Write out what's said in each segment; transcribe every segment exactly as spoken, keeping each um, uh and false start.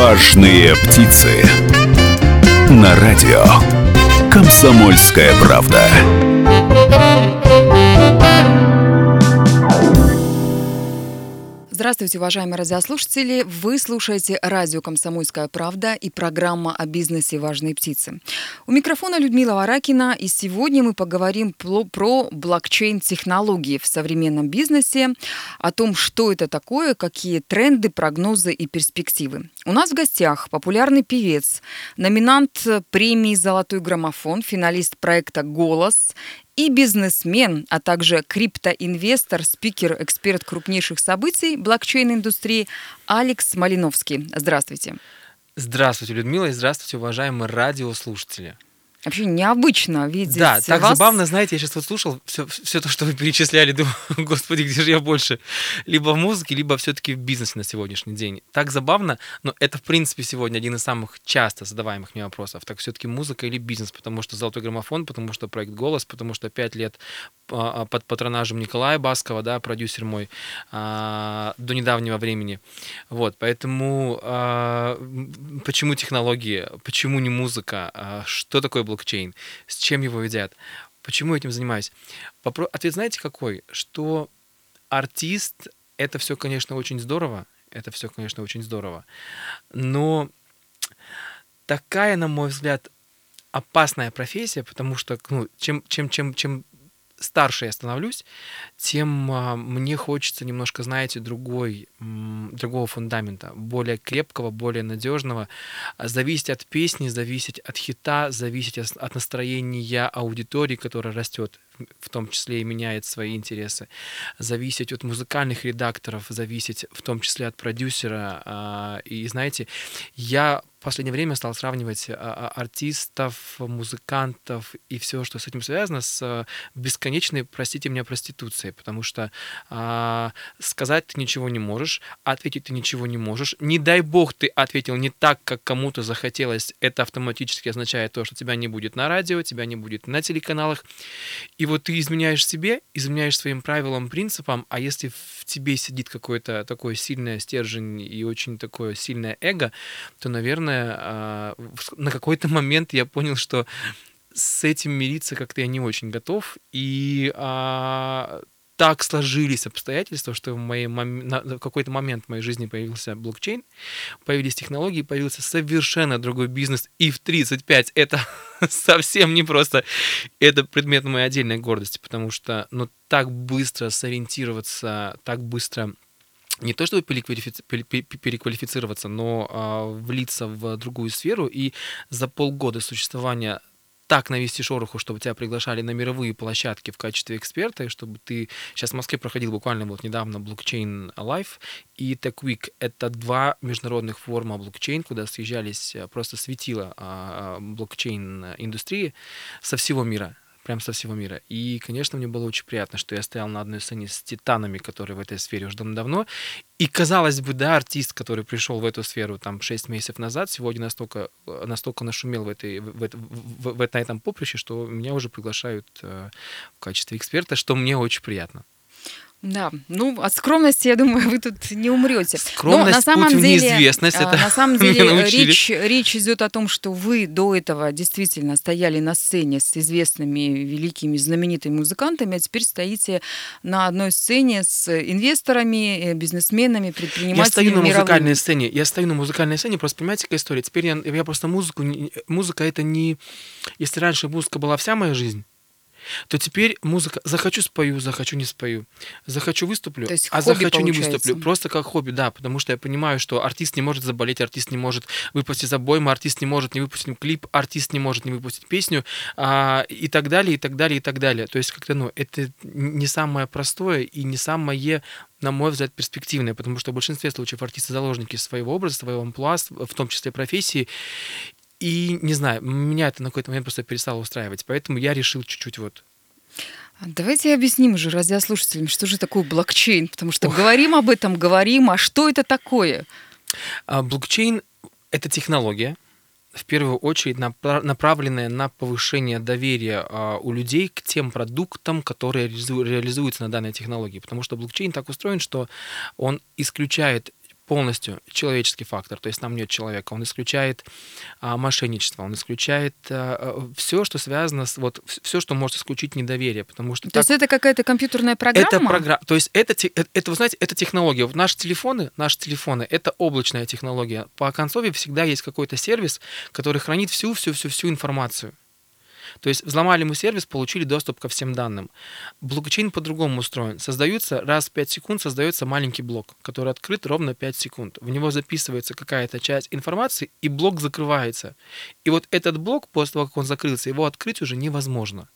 Важные птицы. На радио «Комсомольская правда». Здравствуйте, уважаемые радиослушатели! Вы слушаете радио «Комсомольская правда» и программа о бизнесе «Важные птицы». У микрофона Людмила Варакина, и сегодня мы поговорим про блокчейн-технологии в современном бизнесе, о том, что это такое, какие тренды, прогнозы и перспективы. У нас в гостях популярный певец, номинант премии «Золотой граммофон», финалист проекта «Голос», и бизнесмен, а также криптоинвестор, спикер, эксперт крупнейших событий блокчейн-индустрии Алекс Малиновский. Здравствуйте. Здравствуйте, Людмила, и здравствуйте, уважаемые радиослушатели. Вообще необычно видеть Да, так вас... забавно, знаете, я сейчас вот слушал все, все то, что вы перечисляли, думаю, господи, где же я больше? Либо в музыке, либо все-таки в бизнесе на сегодняшний день. Так забавно, но это, в принципе, сегодня один из самых часто задаваемых мне вопросов. Так все-таки музыка или бизнес? Потому что «Золотой граммофон», потому что проект «Голос», потому что пять лет под патронажем Николая Баскова, да, продюсер мой, до недавнего времени. Вот, поэтому почему технологии, почему не музыка, что такое блокчейн, с чем его едят, почему я этим занимаюсь? Ответ знаете какой? Что артист — это все, конечно, очень здорово, это все, конечно, очень здорово, но такая, на мой взгляд, опасная профессия, потому что, ну, чем, чем, чем, чем старше я становлюсь, тем а, мне хочется немножко, знаете, другой, м, другого фундамента, более крепкого, более надежного, зависеть от песни, зависеть от хита, зависеть от, от настроения аудитории, которая растет, в том числе и меняет свои интересы, зависеть от музыкальных редакторов, зависеть в том числе от продюсера. А, и знаете, я в последнее время стал сравнивать а, артистов, музыкантов и все, что с этим связано, с а, бесконечной, простите меня, проституцией, потому что а, сказать ты ничего не можешь, ответить ты ничего не можешь. Не дай бог ты ответил не так, как кому-то захотелось, это автоматически означает то, что тебя не будет на радио, тебя не будет на телеканалах. И вот ты изменяешь себе, изменяешь своим правилам, принципам, а если в тебе сидит какое-то такое сильное стержень и очень такое сильное эго, то, наверное, на какой-то момент я понял, что с этим мириться как-то я не очень готов, и а, так сложились обстоятельства, что в, моей мом... на... в какой-то момент в моей жизни появился блокчейн, появились технологии, появился совершенно другой бизнес, и в тридцать пять это совсем не просто, это предмет моей отдельной гордости, потому что, ну, так быстро сориентироваться, так быстро не то чтобы переквалифици... переквалифицироваться, но а, влиться в другую сферу, и за полгода существования так навести шороху, чтобы тебя приглашали на мировые площадки в качестве эксперта, и чтобы ты... Сейчас в Москве проходил буквально вот недавно блокчейн Live и Tech Week. Это два международных форума блокчейн, куда съезжались просто светила блокчейн-индустрии со всего мира. Прям со всего мира. И, конечно, мне было очень приятно, что я стоял на одной сцене с титанами, которые в этой сфере уже давно. И, казалось бы, да, артист, который пришел в эту сферу там шесть месяцев назад, сегодня настолько, настолько нашумел в, этой, в, в, в, в, на этом поприще, что меня уже приглашают э, в качестве эксперта, что мне очень приятно. Да, ну от скромности, я думаю, вы тут не умрете. Скромность, Но на самом путь в деле, неизвестность, это на самом деле речь, речь идет о том, что вы до этого действительно стояли на сцене с известными, великими, знаменитыми музыкантами, а теперь стоите на одной сцене с инвесторами, бизнесменами, предпринимателями. Я стою на мировыми. музыкальной сцене. Я стою на музыкальной сцене, просто понимаете, какая история. Теперь я, я просто музыку... Музыка — это не... Если раньше музыка была вся моя жизнь, то теперь музыка захочу — спою, захочу — не спою, захочу — выступлю, а захочу — не выступлю. Просто как хобби, да, потому что я понимаю, что артист не может заболеть, артист не может выпустить обойму, артист не может не выпустить клип, артист не может не выпустить песню, а, и так далее, и так далее, и так далее. То есть как-то, ну, это не самое простое и не самое, на мой взгляд, перспективное, потому что в большинстве случаев артисты заложники своего образа, своего амплуа, в том числе профессии. И, не знаю, меня это на какой-то момент просто перестало устраивать. Поэтому я решил чуть-чуть вот... Давайте объясним уже радиослушателям, что же такое блокчейн. Потому что Ох. говорим об этом, говорим, а что это такое? А, блокчейн — это технология, в первую очередь направленная на повышение доверия а, у людей к тем продуктам, которые реализуются на данной технологии. Потому что блокчейн так устроен, что он исключает полностью человеческий фактор, то есть там нет человека, он исключает а, мошенничество, он исключает а, все, что связано с, вот, все, что может исключить недоверие, потому что... То так, есть это какая-то компьютерная программа? Это программа, то есть это, это, это, вы знаете, это технология. Вот наши телефоны, наши телефоны, это облачная технология. По консоли всегда есть какой-то сервис, который хранит всю-всю-всю-всю информацию. То есть взломали мы сервис, получили доступ ко всем данным. Блокчейн по-другому устроен. Создаются, раз в пять секунд создается маленький блок, который открыт ровно пять секунд. В него записывается какая-то часть информации, и блок закрывается. И вот этот блок, после того, как он закрылся, его открыть уже невозможно.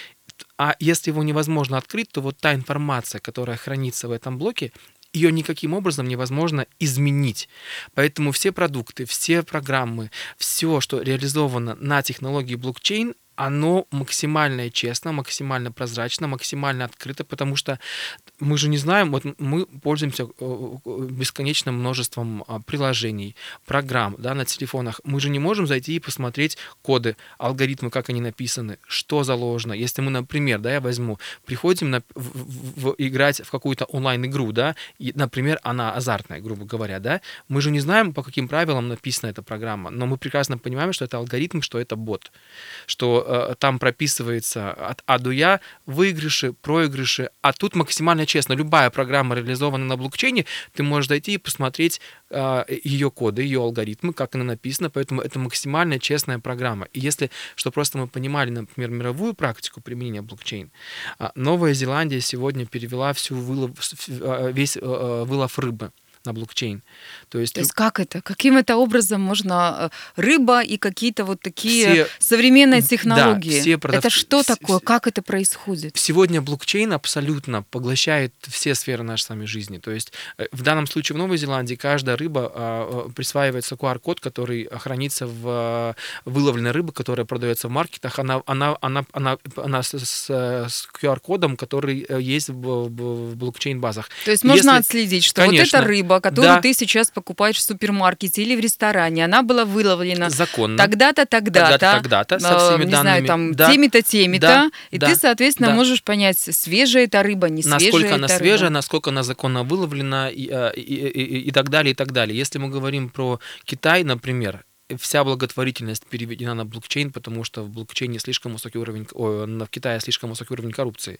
А если его невозможно открыть, то вот та информация, которая хранится в этом блоке, ее никаким образом невозможно изменить. Поэтому все продукты, все программы, все, что реализовано на технологии блокчейн, оно максимально честно, максимально прозрачно, максимально открыто, потому что мы же не знаем, вот мы пользуемся бесконечным множеством приложений, программ, да, на телефонах. Мы же не можем зайти и посмотреть коды, алгоритмы, как они написаны, что заложено. Если мы, например, да, я возьму, приходим на, в, в, играть в какую-то онлайн-игру, да, и, например, она азартная, грубо говоря, да, мы же не знаем, по каким правилам написана эта программа, но мы прекрасно понимаем, что это алгоритм, что это бот, что там прописывается от А до Я выигрыши, проигрыши, а тут максимально честно. Любая программа, реализованная на блокчейне, ты можешь зайти и посмотреть э, ее коды, ее алгоритмы, как она написана, поэтому это максимально честная программа. И если, что просто мы понимали, например, мировую практику применения блокчейн, Новая Зеландия сегодня перевела всю вылов, весь вылов рыбы на блокчейн. То есть, То есть как это? Каким это образом можно рыба и какие-то вот такие все, современные технологии? Да, все продав... Это что все, такое? Как это происходит? Сегодня блокчейн абсолютно поглощает все сферы нашей с вами жизни. То есть в данном случае в Новой Зеландии каждая рыба а, присваивается ку ар код, который хранится в выловленной рыбе, которая продается в маркетах. Она, она, она, она, она с, с, с ку ар кодом, который есть в, в блокчейн-базах. То есть можно Если... отследить, что Конечно, вот эта рыба, которую да. ты сейчас покупаешь в супермаркете или в ресторане, она была выловлена законно, тогда-то, тогда-то, тогда-то, со всеми не данными. знаю, там, да. теми-то, теми-то, да. и да. ты, соответственно, да. можешь понять, свежая эта рыба, не свежая насколько эта она рыба. свежая, насколько она законно выловлена и, и, и, и так далее, и так далее. Если мы говорим про Китай, например, вся благотворительность переведена на блокчейн, потому что в блокчейне слишком высокий уровень, о, в Китае слишком высокий уровень коррупции.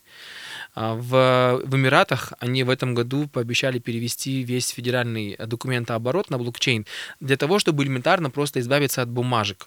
В, в Эмиратах они в этом году пообещали перевести весь федеральный документооборот на блокчейн для того, чтобы элементарно просто избавиться от бумажек.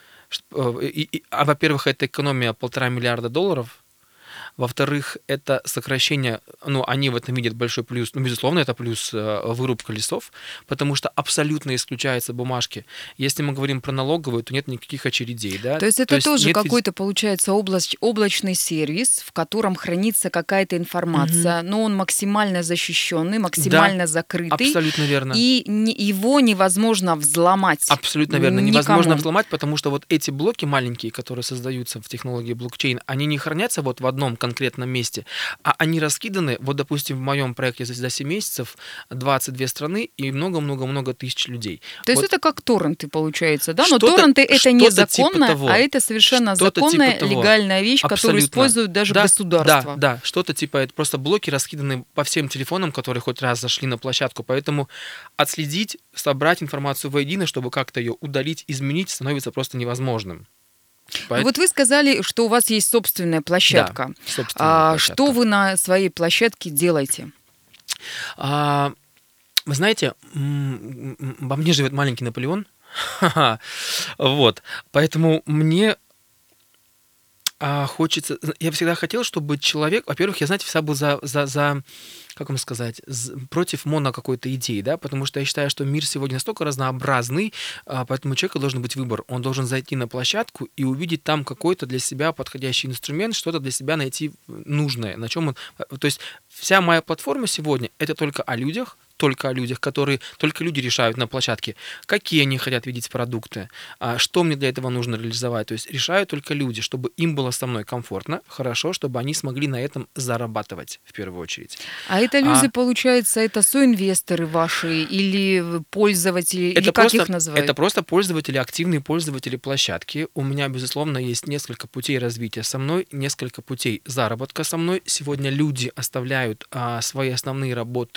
И, и, а, во-первых, это экономия полтора миллиарда долларов. Во-вторых, это сокращение, ну, они в этом видят большой плюс, ну, безусловно, это плюс вырубка лесов, потому что абсолютно исключаются бумажки. Если мы говорим про налоговую, то нет никаких очередей, да. То есть это То есть тоже какой-то, получается, облач... облачный сервис, в котором хранится какая-то информация, угу. но он максимально защищенный, максимально да, закрытый. Абсолютно верно. И не... его невозможно взломать. Абсолютно верно. Никому. Невозможно взломать, потому что вот эти блоки маленькие, которые создаются в технологии блокчейн, они не хранятся вот в одном конкретном месте, а они раскиданы, вот, допустим, в моем проекте за семь месяцев двадцать две страны и много-много-много тысяч людей. То вот. есть это как торренты, получается, да? Но торренты это незаконно, типа а это совершенно что-то законная, типа легальная вещь, Абсолютно. которую используют даже да, государства. Да, да, что-то типа, это просто блоки раскиданы по всем телефонам, которые хоть раз зашли на площадку, поэтому отследить, собрать информацию воедино, чтобы как-то ее удалить, изменить, становится просто невозможным. Поэтому... Вот вы сказали, что у вас есть собственная площадка. Да, собственная а, площадка. Что вы на своей площадке делаете? А, вы знаете, во мне живет маленький Наполеон. Вот. Поэтому мне а, хочется... Я всегда хотел, чтобы человек... Во-первых, я, знаете, всегда был за... за, за как вам сказать, против моно какой-то идеи, да, потому что я считаю, что мир сегодня настолько разнообразный, поэтому у человека должен быть выбор. Он должен зайти на площадку и увидеть там какой-то для себя подходящий инструмент, что-то для себя найти нужное, на чем он... То есть вся моя платформа сегодня — это только о людях, только о людях, которые... Только люди решают на площадке, какие они хотят видеть продукты, что мне для этого нужно реализовать. То есть решают только люди, чтобы им было со мной комфортно, хорошо, чтобы они смогли на этом зарабатывать в первую очередь. А это люди, а... получается, это соинвесторы ваши или пользователи, это или просто, как их называют? Это просто пользователи, активные пользователи площадки. У меня, безусловно, есть несколько путей развития со мной, несколько путей заработка со мной. Сегодня люди оставляют а, свои основные работы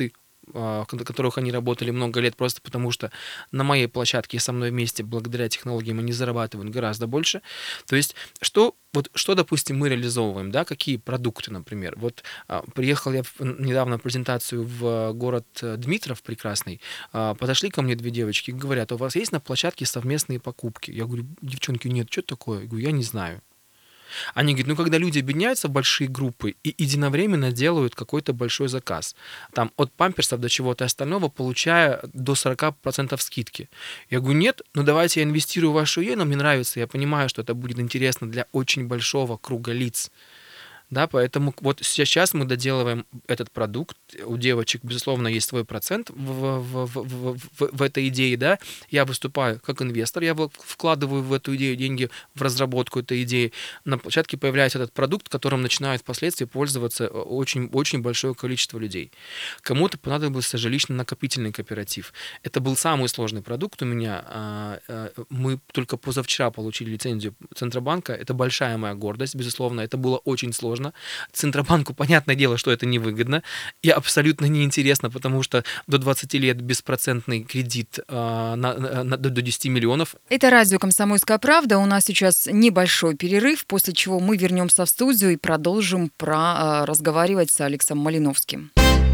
на которых они работали много лет, просто потому что на моей площадке со мной вместе, благодаря технологиям, они зарабатывают гораздо больше. То есть, что, вот, что допустим, мы реализовываем, да, какие продукты, например. Вот приехал я недавно на презентацию в город Дмитров прекрасный, подошли ко мне две девочки и говорят: у вас есть на площадке совместные покупки? Я говорю: девчонки, нет, что такое? Я говорю: я не знаю. Они говорят: ну, когда люди объединяются в большие группы и единовременно делают какой-то большой заказ, там от памперсов до чего-то остального, получая до сорок процентов скидки. Я говорю: нет, ну давайте я инвестирую в вашу идею, но мне нравится, я понимаю, что это будет интересно для очень большого круга лиц. Да, поэтому вот сейчас мы доделываем этот продукт. У девочек, безусловно, есть свой процент в, в, в, в, в, в этой идее. Да? Я выступаю как инвестор, я вкладываю в эту идею деньги, в разработку этой идеи. На площадке появляется этот продукт, которым начинают впоследствии пользоваться очень, очень большое количество людей. Кому-то понадобился жилищно-накопительный кооператив. Это был самый сложный продукт у меня. Мы только позавчера получили лицензию Центробанка. Это большая моя гордость, безусловно. Это было очень сложно. Центробанку, понятное дело, что это невыгодно и абсолютно неинтересно, потому что до двадцати лет беспроцентный кредит э, на, на, до десяти миллионов. Это радио «Комсомольская правда». У нас сейчас небольшой перерыв, после чего мы вернемся в студию и продолжим про, э, разговаривать с Алексом Малиновским.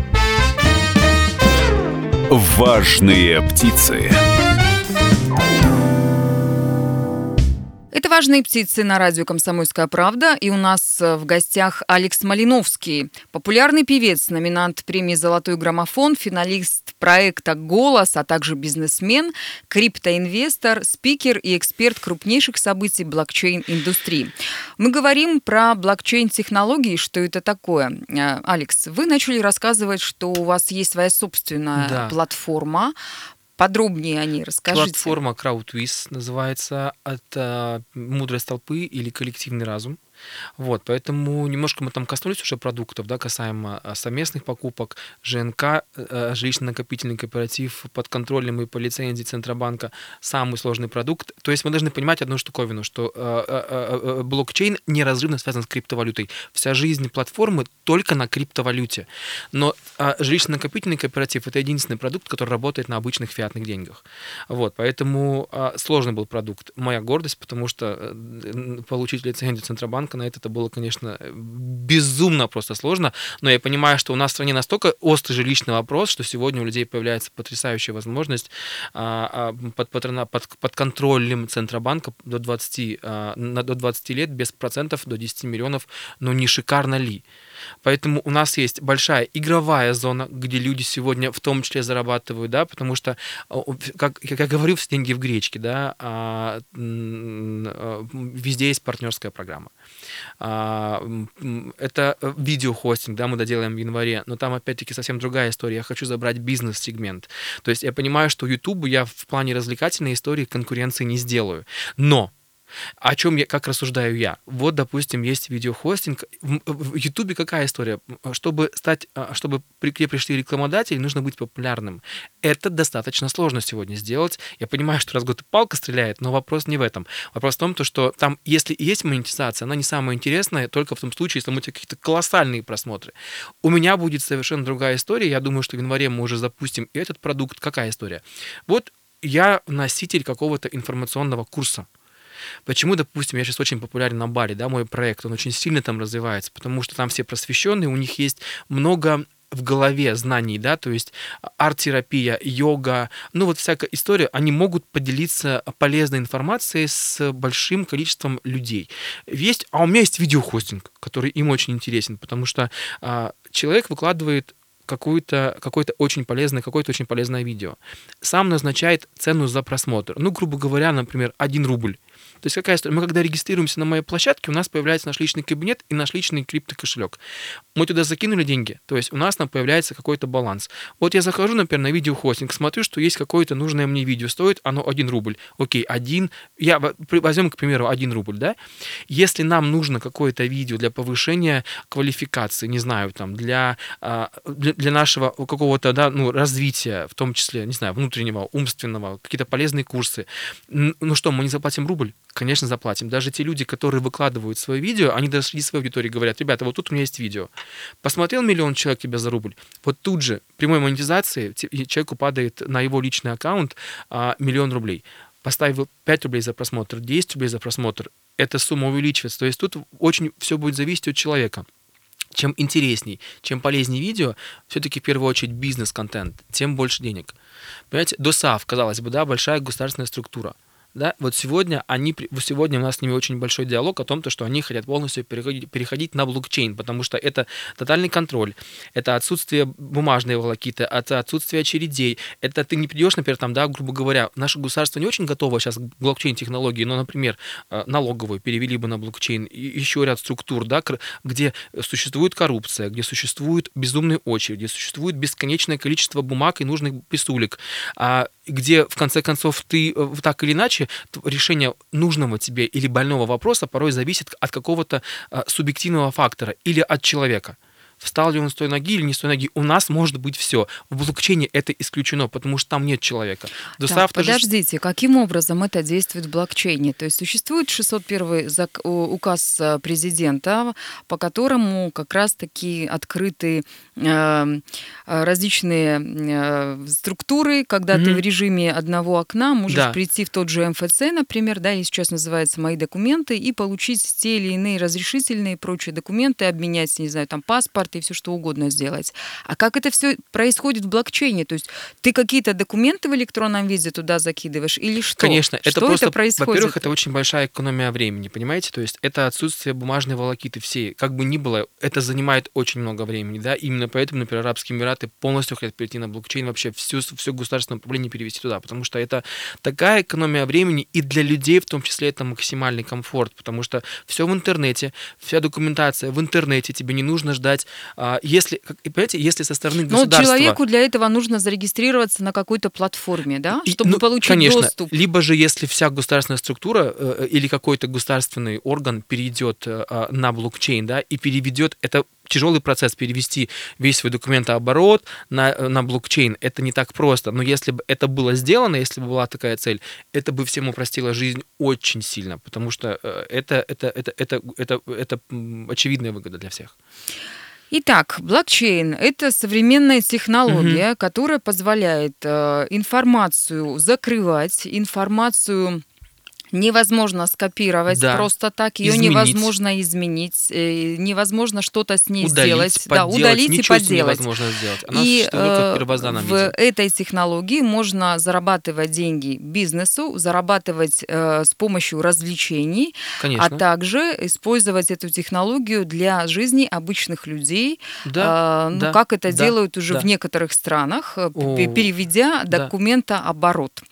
Важные птицы. Это «Важные птицы» на радио «Комсомольская правда». И у нас в гостях Алекс Малиновский, популярный певец, номинант премии «Золотой граммофон», финалист проекта «Голос», а также бизнесмен, криптоинвестор, спикер и эксперт крупнейших событий блокчейн-индустрии. Мы говорим про блокчейн-технологии, что это такое. Алекс, вы начали рассказывать, что у вас есть своя собственная да. платформа. Подробнее о ней расскажите. Платформа CrowdWiz называется, от «Мудрость толпы» или «Коллективный разум». Вот, поэтому немножко мы там коснулись уже продуктов, да, касаемо совместных покупок, ЖНК, жилищно-накопительный кооператив под контролем и по лицензии Центробанка, самый сложный продукт. То есть мы должны понимать одну штуковину, что э, э, э, блокчейн неразрывно связан с криптовалютой. Вся жизнь платформы только на криптовалюте. Но э, жилищно-накопительный кооператив — это единственный продукт, который работает на обычных фиатных деньгах. Вот, поэтому э, сложный был продукт. Моя гордость, потому что э, получить лицензию Центробанка на это, это было, конечно, безумно просто сложно, но я понимаю, что у нас в стране настолько острый жилищный вопрос, что сегодня у людей появляется потрясающая возможность а, а, под, под, под, под контролем Центробанка до двадцати, а, на, до двадцати лет без процентов до десяти миллионов, ну не шикарно ли? Поэтому у нас есть большая игровая зона, где люди сегодня в том числе зарабатывают, да, потому что, как, как я говорю, все деньги в гречке, да, а, везде есть партнерская программа. А, это видеохостинг, да, мы доделаем в январе, но там опять-таки совсем другая история. Я хочу забрать бизнес-сегмент. То есть я понимаю, что YouTube я в плане развлекательной истории конкуренции не сделаю. Но о чем я, как рассуждаю я? Вот, допустим, есть видеохостинг. В Ютубе какая история? Чтобы стать, чтобы при, где пришли рекламодатели, нужно быть популярным. Это достаточно сложно сегодня сделать. Я понимаю, что раз в год палка стреляет, но вопрос не в этом. Вопрос в том, что там, если и есть монетизация, она не самая интересная, только в том случае, если мы какие-то колоссальные просмотры. У меня будет совершенно другая история. Я думаю, что в январе мы уже запустим и этот продукт. Какая история? Вот я носитель какого-то информационного курса. Почему, допустим, я сейчас очень популярен на Бали, да, мой проект, он очень сильно там развивается, потому что там все просвещенные, у них есть много в голове знаний, да, то есть арт-терапия, йога, ну вот всякая история, они могут поделиться полезной информацией с большим количеством людей. Есть, а у меня есть видеохостинг, который им очень интересен, потому что а, человек выкладывает какое-то, какое-то очень полезное, какое-то очень полезное видео. Сам назначает цену за просмотр. Ну, грубо говоря, например, один рубль. То есть какая история? Мы когда регистрируемся на моей площадке, у нас появляется наш личный кабинет и наш личный криптокошелек. Мы туда закинули деньги, то есть у нас там появляется какой-то баланс. Вот я захожу, например, на видеохостинг, смотрю, что есть какое-то нужное мне видео, стоит оно один рубль. Окей, один, я возьмем, к примеру, один рубль, да? Если нам нужно какое-то видео для повышения квалификации, не знаю, там, для, для, для нашего какого-то, да, ну, развития, в том числе, не знаю, внутреннего, умственного, какие-то полезные курсы, ну что, мы не заплатим рубль? Конечно, заплатим. Даже те люди, которые выкладывают свое видео, они даже среди своей аудитории говорят: ребята, вот тут у меня есть видео. Посмотрел миллион человек тебя за рубль, вот тут же прямой монетизации человеку падает на его личный аккаунт а, миллион рублей. Поставил пять рублей за просмотр, десять рублей за просмотр, эта сумма увеличивается. То есть тут очень все будет зависеть от человека. Чем интересней, чем полезнее видео, все-таки в первую очередь бизнес-контент, тем больше денег. Понимаете, ДОСААФ, казалось бы, да, большая государственная структура. Да, вот сегодня, они, сегодня у нас с ними очень большой диалог о том, что они хотят полностью переходить, переходить на блокчейн, потому что это тотальный контроль, это отсутствие бумажной волокиты, это отсутствие очередей, это ты не придешь, например, там, да, грубо говоря, наше государство не очень готово сейчас к блокчейн-технологии, но, например, налоговую перевели бы на блокчейн, и еще ряд структур, да, где существует коррупция, где существуют безумные очереди, существует бесконечное количество бумаг и нужных писулек, где, в конце концов, ты так или иначе решение нужного тебе или больного вопроса порой зависит от какого-то а, субъективного фактора или от человека. Встал ли он с той ноги или не с той ноги. У нас может быть все. В блокчейне это исключено, потому что там нет человека. Так, подождите, же... каким образом это действует в блокчейне? То есть существует шестьсот первый зак... указ президента, по которому как раз-таки открыты э, различные э, структуры, когда mm-hmm. ты в режиме одного окна можешь да. прийти в тот же эм эф цэ, например, да, или сейчас называется «Мои документы», и получить те или иные разрешительные и прочие документы, обменять, не знаю, там, паспорт, и все что угодно сделать. А как это все происходит в блокчейне? То есть ты какие-то документы в электронном виде туда закидываешь или что? Конечно, это что просто, это происходит? Во-первых, это очень большая экономия времени, понимаете? То есть это отсутствие бумажной волокиты всей. Как бы ни было, это занимает очень много времени, да? Именно поэтому, например, Арабские Эмираты полностью хотят перейти на блокчейн, вообще всю, все государственное управление перевести туда, потому что это такая экономия времени, и для людей в том числе это максимальный комфорт, потому что все в интернете, вся документация в интернете, тебе не нужно ждать. Если, понимаете, если со стороны государства... Но человеку для этого нужно зарегистрироваться на какой-то платформе, да, чтобы ну, получить конечно, доступ. Либо же, если вся государственная структура э, или какой-то государственный орган перейдет э, на блокчейн, да, и переведет, это тяжелый процесс, перевести весь свой документооборот на, на блокчейн, это не так просто. Но если бы это было сделано, если бы была такая цель, это бы всем упростило жизнь очень сильно, потому что э, это, это, это, это, это, это, это очевидная выгода для всех. Итак, блокчейн – это современная технология, угу. которая позволяет э, информацию закрывать, информацию невозможно скопировать да. просто так, ее изменить. невозможно изменить, э, невозможно что-то с ней удалить, сделать, подделать, да, удалить и подделать. Невозможно сделать. Она и э, в, в этой технологии можно зарабатывать деньги бизнесу, зарабатывать э, с помощью развлечений, Конечно. а также использовать эту технологию для жизни обычных людей, да, э, ну, да, как это да, делают уже да. в некоторых странах, О, переведя да. документооборот.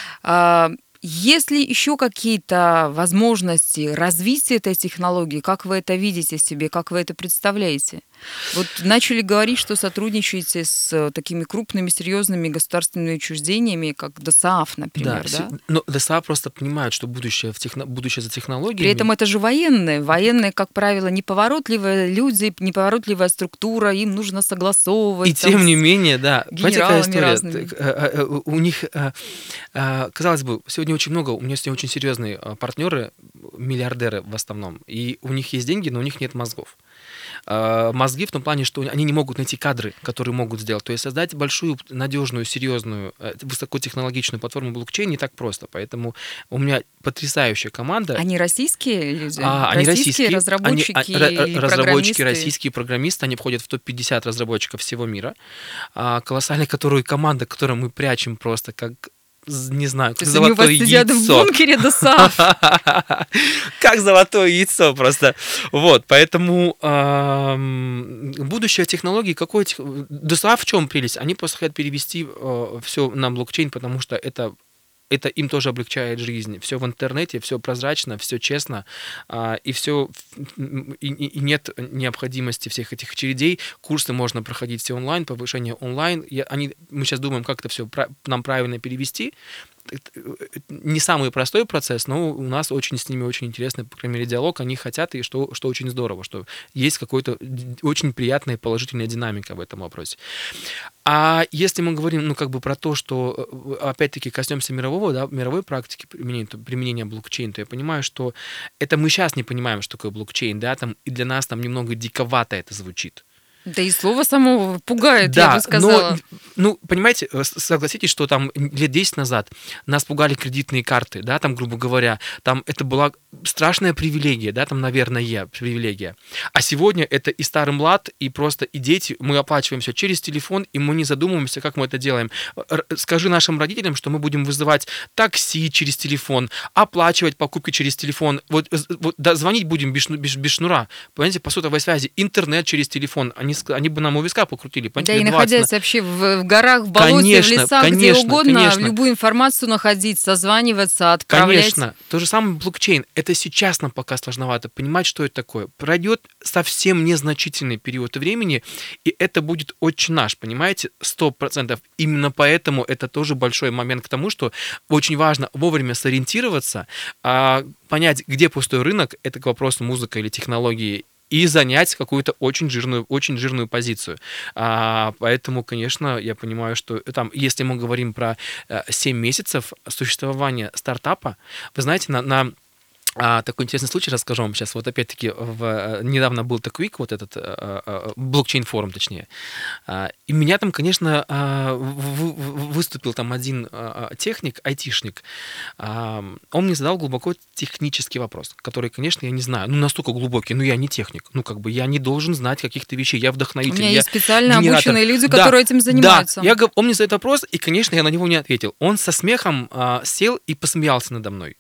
Есть ли еще какие-то возможности развития этой технологии? Как вы это видите себе? Как вы это представляете? Вот начали говорить, что сотрудничаете с такими крупными, серьезными государственными учреждениями, как ДОСААФ, например, да? да? Но ДОСААФ просто понимают, что будущее, в техно... будущее за технологиями. При этом это же военные. Военные, как правило, неповоротливые люди, неповоротливая структура, им нужно согласовывать. И тем не менее, да. Генералами разными. У них, казалось бы, сегодня очень много, у меня сегодня очень серьезные партнеры, миллиардеры в основном, и у них есть деньги, но у них нет мозгов. Мозги в том плане, что они не могут найти кадры, которые могут сделать. То есть создать большую, надежную, серьезную, высокотехнологичную платформу блокчейн не так просто. Поэтому у меня потрясающая команда. Они российские люди? А, они российские, российские разработчики они, или разработчики, российские программисты, они входят в топ пятьдесят разработчиков всего мира. Колоссальная, которую команда, которую мы прячем просто как не знаю, как золотое яйцо. Сидят в бункере ДОСААФ. Как золотое яйцо просто. Вот, поэтому будущее технологий, какой ДОСААФ в чем прелесть? Они просто хотят перевести все на блокчейн, потому что это это им тоже облегчает жизнь. Все в интернете, все прозрачно, все честно, и все и, и нет необходимости всех этих очередей. Курсы можно проходить все онлайн, повышение онлайн. Я, они, мы сейчас думаем, как это все нам правильно перевести. не самый простой процесс, но у нас очень с ними очень интересный, по крайней мере, диалог. Они хотят, и что, что очень здорово, что есть какой-то очень приятная положительная динамика в этом вопросе. А если мы говорим, ну, как бы про то, что, опять-таки, коснемся мирового, да, мировой практики применения, применения блокчейна, то я понимаю, что это мы сейчас не понимаем, что такое блокчейн, да, там, и для нас там немного диковато это звучит. Да и слово само пугает, да, я бы сказала. Но, ну, понимаете, согласитесь, что там лет десять назад нас пугали кредитные карты, да, там, грубо говоря, там это была страшная привилегия, да, там, наверное, привилегия. А сегодня это и старый млад, и просто и дети, мы оплачиваем все через телефон, и мы не задумываемся, как мы это делаем. Скажи нашим родителям, что мы будем вызывать такси через телефон, оплачивать покупки через телефон, вот, вот да, звонить будем без, без, без шнура, понимаете, по сотовой связи, интернет через телефон, они, они бы нам у виска покрутили. Да и находясь вообще в, в горах, в болоте, конечно, в лесах, конечно, где угодно, конечно. любую информацию находить, созваниваться, отправлять. Конечно. То же самое блокчейн. Это сейчас нам пока сложновато понимать, что это такое. Пройдет совсем незначительный период времени, и это будет очень наш, понимаете, сто процентов. Именно поэтому это тоже большой момент к тому, что очень важно вовремя сориентироваться, понять, где пустой рынок, это к вопросу музыка или технологии, и занять какую-то очень жирную, очень жирную позицию. А, поэтому, конечно, я понимаю, что там, если мы говорим про семь месяцев существования стартапа, вы знаете, на, на А, такой интересный случай расскажу вам сейчас. Вот опять-таки в, недавно был TechWeek, вот этот блокчейн-форум, точнее. И меня там, конечно, в, в, выступил там один техник, айтишник. Он мне задал глубоко технический вопрос, который, конечно, я не знаю. Ну, настолько глубокий, но я не техник. Ну, как бы я не должен знать каких-то вещей. Я вдохновитель. У меня я есть специально генератор. обученные люди, Да, которые этим занимаются. Да, я, он мне задает вопрос, и, конечно, я на него не ответил. Он со смехом а, сел и посмеялся надо мной.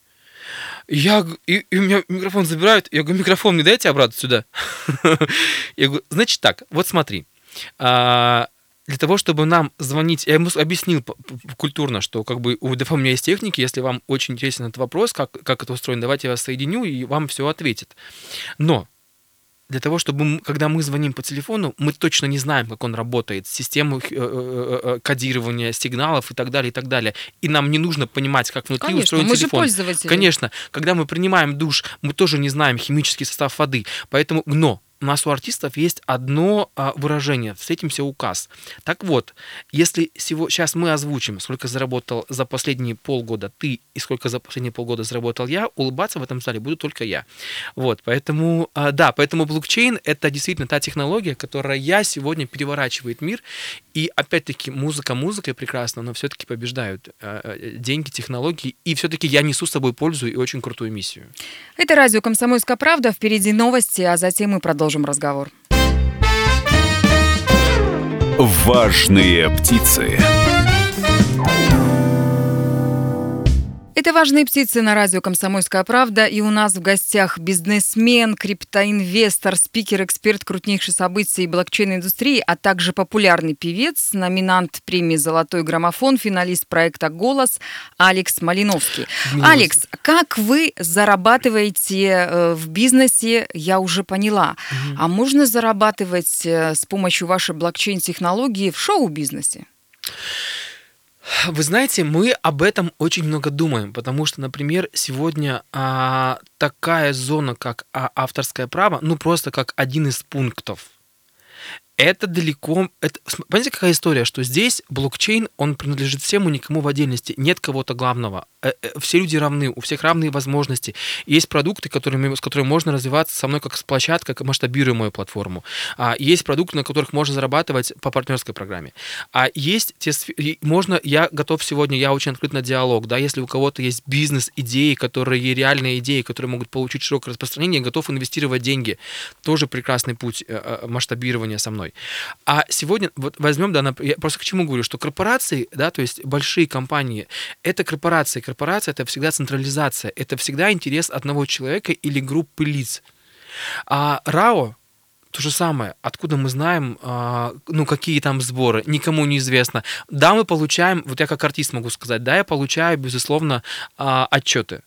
Я, и, и у меня микрофон забирают. Я говорю, микрофон мне дайте обратно сюда. Я говорю, значит так, вот смотри. А, для того, чтобы нам звонить, я ему объяснил культурно, что как бы у ДФ у меня есть техники, если вам очень интересен этот вопрос, как, как это устроено, давайте я вас соединю, и вам все ответит. Но для того, чтобы, мы, когда мы звоним по телефону, мы точно не знаем, как он работает, систему кодирования сигналов и так далее, и так далее. И нам не нужно понимать, как внутри Конечно, устроен мы телефон. же пользователи. Конечно. Когда мы принимаем душ, мы тоже не знаем химический состав воды. Поэтому, но у нас у артистов есть одно а, выражение «встретимся указ». Так вот, если сего, сейчас мы озвучим, сколько заработал за последние полгода ты и сколько за последние полгода заработал я, улыбаться в этом зале буду только я. Вот, поэтому, а, да, поэтому блокчейн — это действительно та технология, которая сегодня переворачивает мир. И опять-таки музыка музыкой прекрасна, но все-таки побеждают а, деньги, технологии. И все-таки я несу с собой пользу и очень крутую миссию. Это радио «Комсомольская правда». Впереди новости, а затем мы продолжим разговор. Важные птицы. Это «Важные птицы» на радио «Комсомольская правда». И у нас в гостях бизнесмен, криптоинвестор, спикер, эксперт крупнейших событий блокчейн-индустрии, а также популярный певец, номинант премии «Золотой граммофон», финалист проекта «Голос» Алекс Малиновский. Милость. Алекс, как вы зарабатываете в бизнесе, я уже поняла. Угу. А можно зарабатывать с помощью вашей блокчейн-технологии в шоу-бизнесе? Вы знаете, мы об этом очень много думаем, потому что, например, сегодня а, такая зона, как а, авторское право, ну просто как один из пунктов. Это далеко... Это, понимаете, какая история? Что здесь блокчейн, он принадлежит всем и никому в отдельности. Нет кого-то главного. Все люди равны, у всех равные возможности. Есть продукты, которыми, с которыми можно развиваться со мной как с площадкой, как масштабируемую платформу. А есть продукты, на которых можно зарабатывать по партнерской программе. А есть те... Можно... Я готов сегодня, я очень открыт на диалог. Да? Если у кого-то есть бизнес-идеи, которые реальные идеи, которые могут получить широкое распространение, я готов инвестировать деньги. Тоже прекрасный путь масштабирования со мной. А сегодня, вот возьмем, да, я просто к чему говорю, что корпорации, да, то есть большие компании, это корпорации. Корпорация — это всегда централизация, это всегда интерес одного человека или группы лиц. А РАО — то же самое. Откуда мы знаем, а, ну, какие там сборы, никому не известно. Да, мы получаем, вот я как артист могу сказать, да, я получаю, безусловно, а, отчеты.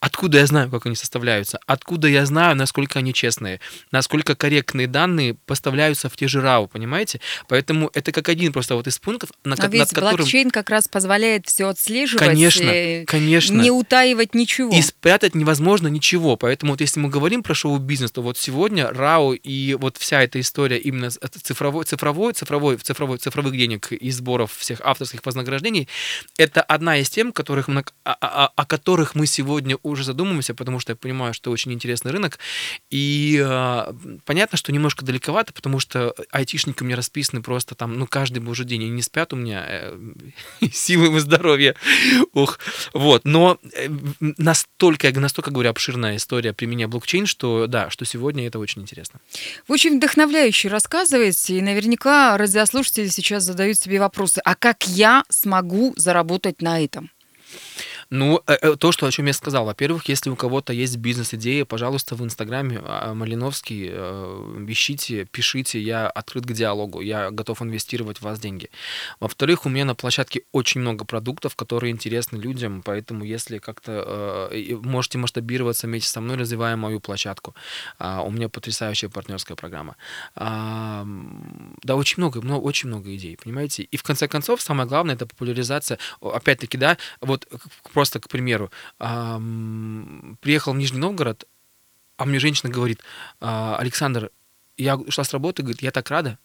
Откуда я знаю, как они составляются? Откуда я знаю, насколько они честные? Насколько корректные данные поставляются в те же РАО, понимаете? Поэтому это как один просто вот из пунктов, на, А ведь над которым... блокчейн как раз позволяет все отслеживать, Конечно, э, конечно. не утаивать ничего. И спрятать невозможно ничего. Поэтому вот если мы говорим про шоу-бизнес, то вот сегодня РАО и вот вся эта история именно цифровой, цифровой, цифровой, цифровой, цифровых денег и сборов всех авторских вознаграждений, это одна из тем, которых мы, о, о, о которых мы сегодня уже задумываемся, потому что я понимаю, что очень интересный рынок. И э, понятно, что немножко далековато, потому что айтишники у меня расписаны просто там, ну, каждый божий день. Они не спят у меня. Э, силы и здоровья. Ох. Вот. Но настолько, настолько, говорю, обширная история применения блокчейн, что да, что сегодня это очень интересно. Вы очень вдохновляюще рассказываете, и наверняка радиослушатели сейчас задают себе вопросы, а как я смогу заработать на этом? Ну, то, что, о чем я сказал. Во-первых, если у кого-то есть бизнес-идея, пожалуйста, в Инстаграме Малиновский ищите, пишите, я открыт к диалогу, я готов инвестировать в вас деньги. Во-вторых, у меня на площадке очень много продуктов, которые интересны людям, поэтому если как-то можете масштабироваться вместе со мной, развивая мою площадку. У меня потрясающая партнерская программа. Да, очень много, очень много идей, понимаете? И в конце концов, самое главное, это популяризация. Опять-таки, да, вот просто, к примеру, приехал в Нижний Новгород, а мне женщина говорит: Александр, я ушла с работы, говорит, я так рада.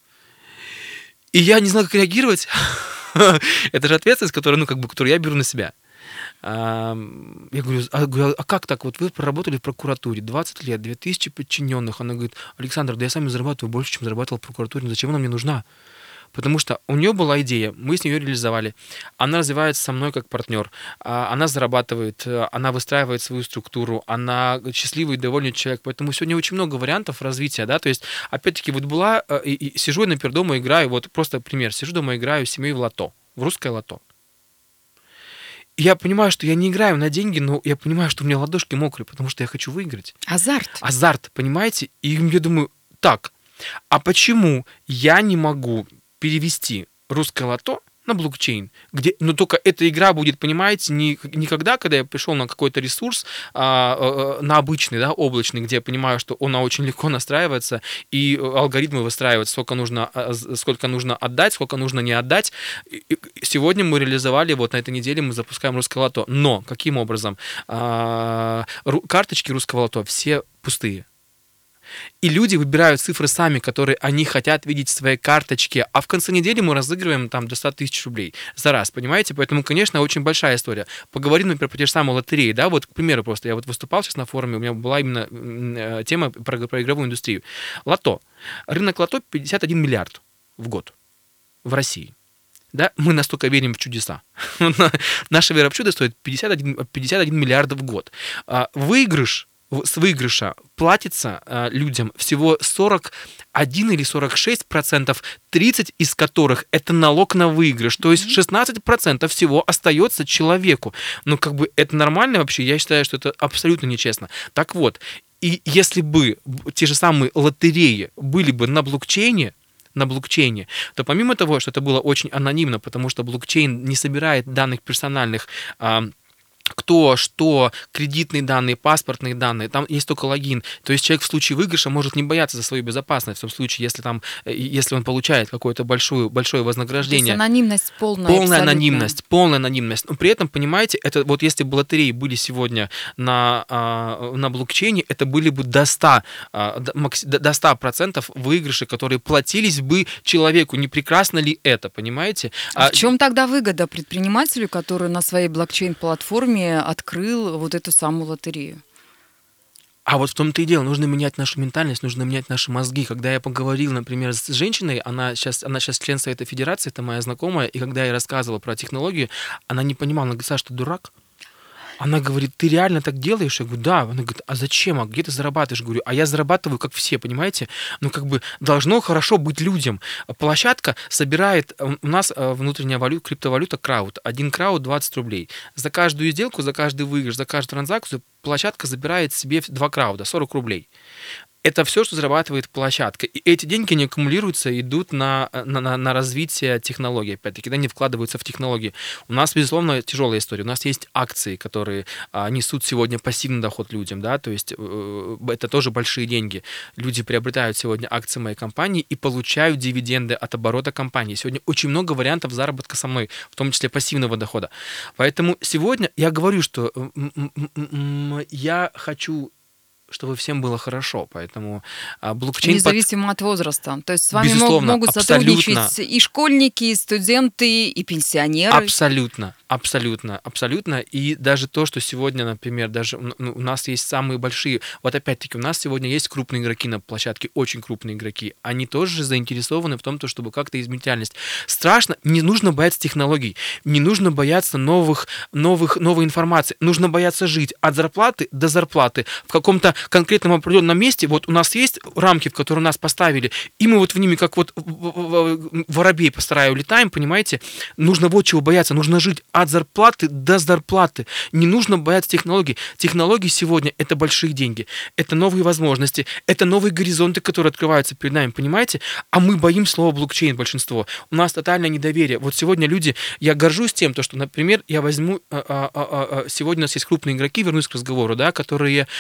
И я не знал, как реагировать. Это же ответственность, которую, ну, как бы, которую я беру на себя. Я говорю, а, говорю, а как так? Вот вы проработали в прокуратуре двадцать лет, две тысячи подчиненных. Она говорит: Александр, да я сами зарабатываю больше, чем зарабатывал в прокуратуре. Зачем она мне нужна? Потому что у нее была идея, мы с нее реализовали. Она развивается со мной как партнер, она зарабатывает, она выстраивает свою структуру, она счастливый и довольный человек. Поэтому сегодня очень много вариантов развития, да, то есть, опять-таки, вот была, и, и сижу я, например, дома играю, вот просто пример, сижу дома играю с семьей в лото, в русское лото. И я понимаю, что я не играю на деньги, но я понимаю, что у меня ладошки мокрые, потому что я хочу выиграть. Азарт. Азарт, понимаете? И я думаю, так, а почему я не могу перевести русское лото на блокчейн, где, но только эта игра будет, понимаете, не, не когда, когда я пришел на какой-то ресурс, а, а, на обычный, да, облачный, где я понимаю, что он очень легко настраивается, и алгоритмы выстраивают, сколько нужно, сколько нужно отдать, сколько нужно не отдать. И сегодня мы реализовали, вот на этой неделе мы запускаем русское лото. Но каким образом? А, карточки русского лото все пустые. И люди выбирают цифры сами, которые они хотят видеть в своей карточке. А в конце недели мы разыгрываем там до ста тысяч рублей за раз, понимаете? Поэтому, конечно, очень большая история. Поговорим, например, про те же самые лотереи, да, вот, к примеру, просто я вот выступал сейчас на форуме, у меня была именно тема про, про игровую индустрию. Лото. Рынок лото пятьдесят один миллиард в год в России. Да, мы настолько верим в чудеса. Наша вера в чудо стоит пятьдесят один, пятьдесят один миллиард в год. Выигрыш с выигрыша платится э, людям всего сорок один или сорок шесть процентов, тридцать из которых это налог на выигрыш. То есть шестнадцать процентов всего остается человеку. Ну, как бы это нормально вообще? Я считаю, что это абсолютно нечестно. Так вот, и если бы те же самые лотереи были бы на блокчейне, на блокчейне, то помимо того, что это было очень анонимно, потому что блокчейн не собирает данных персональных, э, кто, что, кредитные данные, паспортные данные, там есть только логин. То есть человек в случае выигрыша может не бояться за свою безопасность, в том случае, если, там, если он получает какое-то большое, большое вознаграждение. То есть анонимность полная. Полная абсолютно. анонимность, полная анонимность. Но при этом, понимаете, это вот если бы лотереи были сегодня на, на блокчейне, это были бы до ста процентов выигрыши, которые платились бы человеку. Не прекрасно ли это, понимаете? А в чем тогда выгода предпринимателю, который на своей блокчейн-платформе открыл вот эту самую лотерею? А вот в том-то и дело, нужно менять нашу ментальность, нужно менять наши мозги. Когда я поговорил, например, с женщиной, она сейчас, она сейчас член Совета Федерации, это моя знакомая, и когда я рассказывал про технологию, она не понимала, она говорит: Саш, ты дурак? Она говорит: ты реально так делаешь? Я говорю: да. Она говорит: а зачем? А где ты зарабатываешь? Говорю: а я зарабатываю, как все, понимаете? Ну, как бы должно хорошо быть людям. Площадка собирает, у нас внутренняя валюта, криптовалюта крауд. Один крауд двадцать рублей. За каждую сделку, за каждый выигрыш, за каждую транзакцию площадка забирает себе два крауда, сорок рублей. это все, что зарабатывает площадка. И эти деньги не аккумулируются, идут на, на, на, на развитие технологий, опять-таки, да, не вкладываются в технологии. У нас, безусловно, тяжелая история. У нас есть акции, которые а, несут сегодня пассивный доход людям, да, то есть э, это тоже большие деньги. Люди приобретают сегодня акции моей компании и получают дивиденды от оборота компании. Сегодня очень много вариантов заработка со мной, в том числе пассивного дохода. Поэтому сегодня я говорю, что я хочу, чтобы всем было хорошо, поэтому блокчейн... Независимо под... от возраста. То есть с вами Безусловно, могут абсолютно. сотрудничать и школьники, и студенты, и пенсионеры. Абсолютно, абсолютно, абсолютно. И даже то, что сегодня, например, даже у нас есть самые большие... Вот опять-таки, у нас сегодня есть крупные игроки на площадке, очень крупные игроки. Они тоже заинтересованы в том, чтобы как-то изменить реальность. Страшно, не нужно бояться технологий, не нужно бояться новых, новых, новой информации. Нужно бояться жить от зарплаты до зарплаты в каком-то конкретном определенном месте. Вот у нас есть рамки, в которые нас поставили, и мы вот в ними как вот воробей по сараю летаем, понимаете? Нужно вот чего бояться. Нужно жить от зарплаты до зарплаты. Не нужно бояться технологий. Технологии сегодня — это большие деньги, это новые возможности, это новые горизонты, которые открываются перед нами, понимаете? А мы боимся слова блокчейн, большинство. У нас тотальное недоверие. Вот сегодня люди... Я горжусь тем, что, например, я возьму... Сегодня у нас есть крупные игроки, вернусь к разговору, да, которые...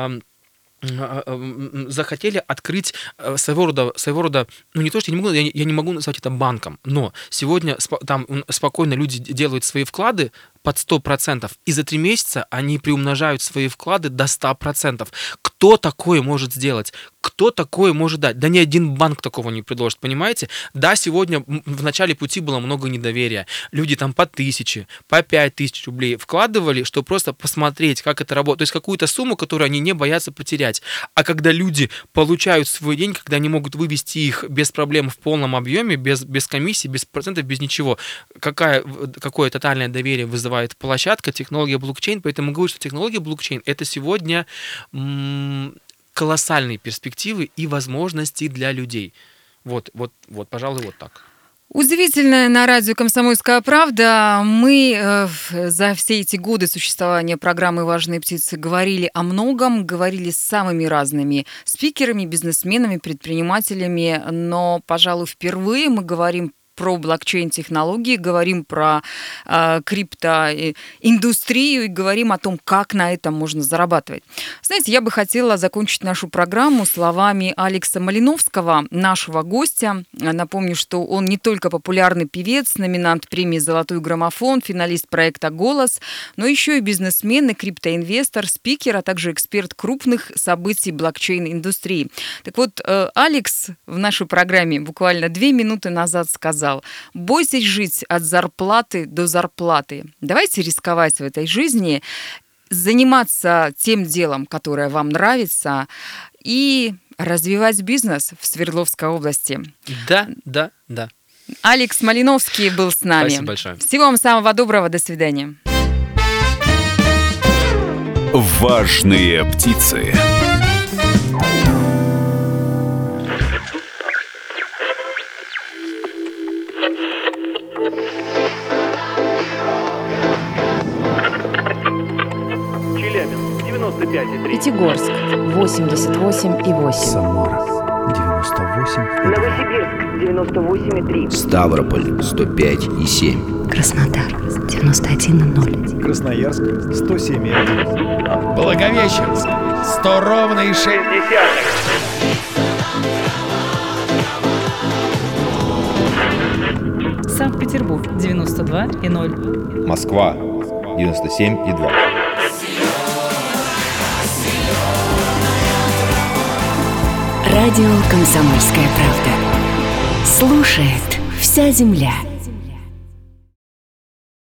захотели открыть своего рода, своего рода, ну не то, что я не могу, я, я не могу назвать это банком, но сегодня там спокойно люди делают свои вклады под сто процентов, и за три месяца они приумножают свои вклады до ста процентов. Кто такое может сделать? Кто такое может дать? Да ни один банк такого не предложит, понимаете? Да, сегодня в начале пути было много недоверия. Люди там по тысяче, по пять тысяч рублей вкладывали, чтобы просто посмотреть, как это работает. То есть какую-то сумму, которую они не боятся потерять. А когда люди получают свой день, когда они могут вывести их без проблем в полном объеме, без, без комиссии, без процентов, без ничего, какая, какое тотальное доверие вызывает площадка, технология блокчейн. Поэтому говорю, что технология блокчейн — это сегодня м- колоссальные перспективы и возможности для людей. Вот, вот, вот, пожалуй, вот так. Удивительно, на радио «Комсомольская правда» мы э, за все эти годы существования программы «Важные птицы» говорили о многом, говорили с самыми разными спикерами, бизнесменами, предпринимателями, но, пожалуй, впервые мы говорим про блокчейн-технологии, говорим про э, криптоиндустрию и говорим о том, как на этом можно зарабатывать. Знаете, я бы хотела закончить нашу программу словами Алекса Малиновского, нашего гостя. Напомню, что он не только популярный певец, номинант премии «Золотой граммофон», финалист проекта «Голос», но еще и бизнесмен, и криптоинвестор, спикер, а также эксперт крупных событий блокчейн-индустрии. Так вот, э, Алекс в нашей программе буквально две минуты назад сказал: бойтесь жить от зарплаты до зарплаты. Давайте рисковать в этой жизни, заниматься тем делом, которое вам нравится, и развивать бизнес в Свердловской области. Да, да, да. Алекс Малиновский был с нами. Спасибо большое. Всего вам самого доброго. До свидания. Важные птицы. Пятигорск восемьдесят восемь и восемь. Самара девяносто восемь и два. Новосибирск девяносто восемь и три. Ставрополь сто пять и семь. Краснодар девяносто один и ноль. Красноярск сто семь и один. Благовещенск сто ровно и шесть десятых. Санкт-Петербург девяносто два и ноль. Москва девяносто семь и два. Радио «Комсомольская правда». Слушает вся земля.